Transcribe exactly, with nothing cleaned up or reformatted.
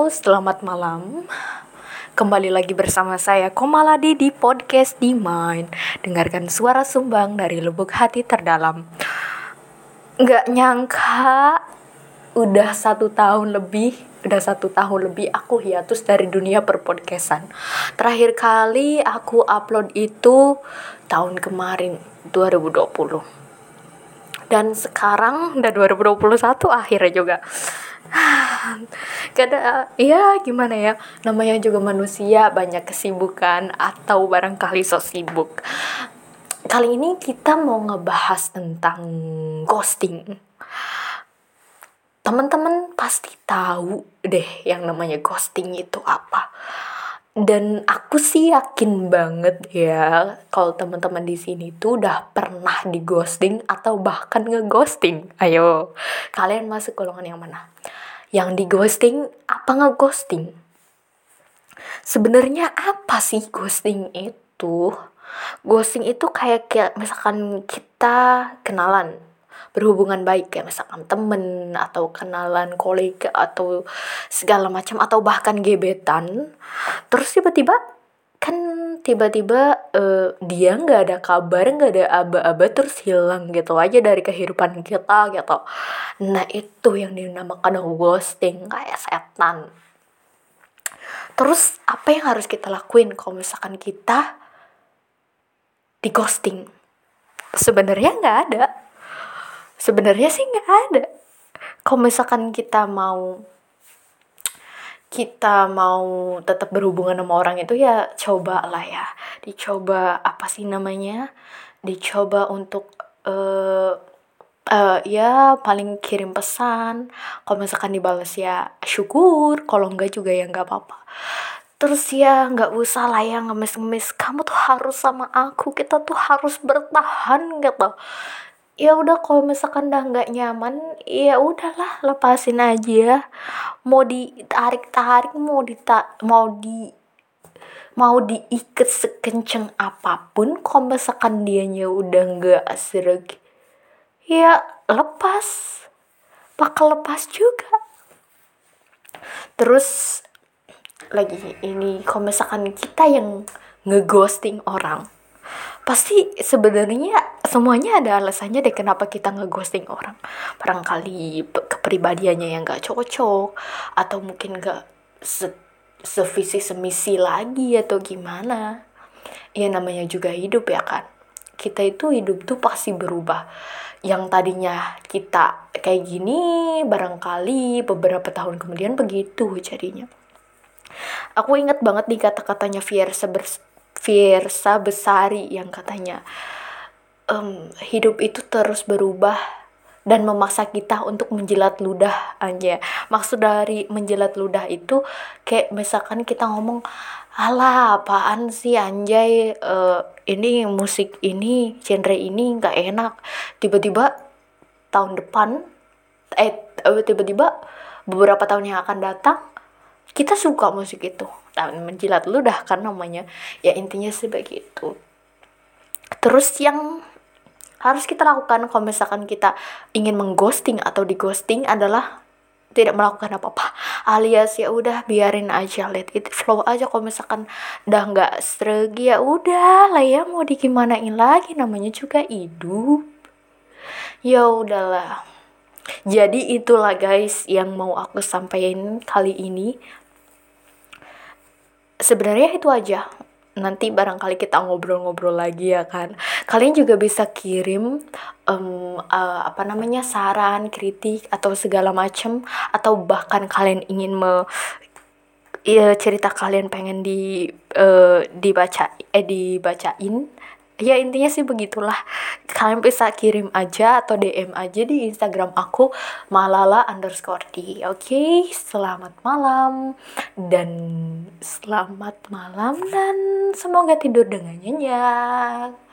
selamat malam. Kembali lagi bersama saya Komaladi di podcast di Mind. Dengarkan suara sumbang dari lubuk hati terdalam. Nggak nyangka udah satu tahun lebih, udah satu tahun lebih aku hiatus dari dunia perpodcastan. Terakhir kali aku upload itu tahun kemarin dua ribu dua puluh. Dan sekarang udah dua ribu dua puluh satu akhirnya juga. Kada, ya gimana ya, namanya juga manusia, banyak kesibukan atau barangkali so sibuk. Kali ini kita mau ngebahas tentang ghosting. Teman-teman pasti tahu deh yang namanya ghosting itu apa. Dan aku sih yakin banget ya kalau teman-teman di sini tuh udah pernah di ghosting atau bahkan ngeghosting. Ayo, kalian masuk golongan yang mana? Yang di ghosting apa ngeghosting? Sebenarnya apa sih ghosting itu? Ghosting itu kayak kayak misalkan kita kenalan, berhubungan baik kayak misalkan temen atau kenalan kolega atau segala macam atau bahkan gebetan, terus tiba-tiba kan tiba-tiba uh, dia nggak ada kabar, nggak ada aba-aba, terus hilang gitu aja dari kehidupan kita gitu. Nah itu yang dinamakan ghosting, kayak setan. Terus apa yang harus kita lakuin kalau misalkan kita di ghosting? Sebenarnya nggak ada. Sebenarnya sih nggak ada. Kalau misalkan kita mau kita mau tetap berhubungan sama orang itu ya coba lah ya. Dicoba apa sih namanya? Dicoba untuk uh, uh, ya paling kirim pesan. Kalau misalkan dibalas ya syukur. Kalau enggak juga ya nggak apa-apa. Terus ya nggak usah lah ya ngemis-ngemis. Kamu tuh harus sama aku. Kita tuh harus bertahan gitu. Ya udah kalau misalkan udah nggak nyaman, ya udahlah lepasin aja. Mau ditarik-tarik, mau dita mau di mau diikat sekenceng apapun, kalau misalkan dianya udah nggak sereg, ya lepas, bakal lepas juga. Terus lagi ini kalau misalkan kita yang ngeghosting orang, pasti sebenarnya semuanya ada alasannya deh kenapa kita ngeghosting orang. Barangkali kepribadiannya yang gak cocok, atau mungkin gak se- sevisi semisi lagi atau gimana. Ya namanya juga hidup ya kan. Kita itu hidup tuh pasti berubah. Yang tadinya kita kayak gini, barangkali beberapa tahun kemudian begitu jadinya. Aku ingat banget di kata-katanya Fiersa Bers- Fiersa Besari yang katanya, Um, hidup itu terus berubah dan memaksa kita untuk menjilat ludah aja. Maksud dari menjilat ludah itu kayak misalkan kita ngomong, alah apaan sih anjay, uh, ini musik ini, genre ini gak enak. Tiba-tiba tahun depan, eh tiba-tiba beberapa tahun yang akan datang, kita suka musik itu. Dan menjilat ludah kan namanya. Ya intinya sih begitu. Terus yang harus kita lakukan kalau misalkan kita ingin mengghosting atau dighosting adalah tidak melakukan apa-apa, alias ya udah biarin aja, let it flow aja. Kalau misalkan udah nggak streg ya udah lah ya, mau digimanain lagi, namanya juga hidup. Ya udahlah. Jadi itulah guys yang mau aku sampaikan kali ini. Sebenarnya itu aja. Nanti barangkali kita ngobrol-ngobrol lagi ya kan. Kalian juga bisa kirim um, uh, apa namanya saran, kritik atau segala macam, atau bahkan kalian ingin me ya, cerita kalian pengen di uh, dibaca eh dibacain. Ya intinya sih begitulah. Kalian bisa kirim aja atau D M aja di Instagram aku malala underscore d. Oke, selamat malam dan selamat malam dan semoga tidur dengan nyenyak.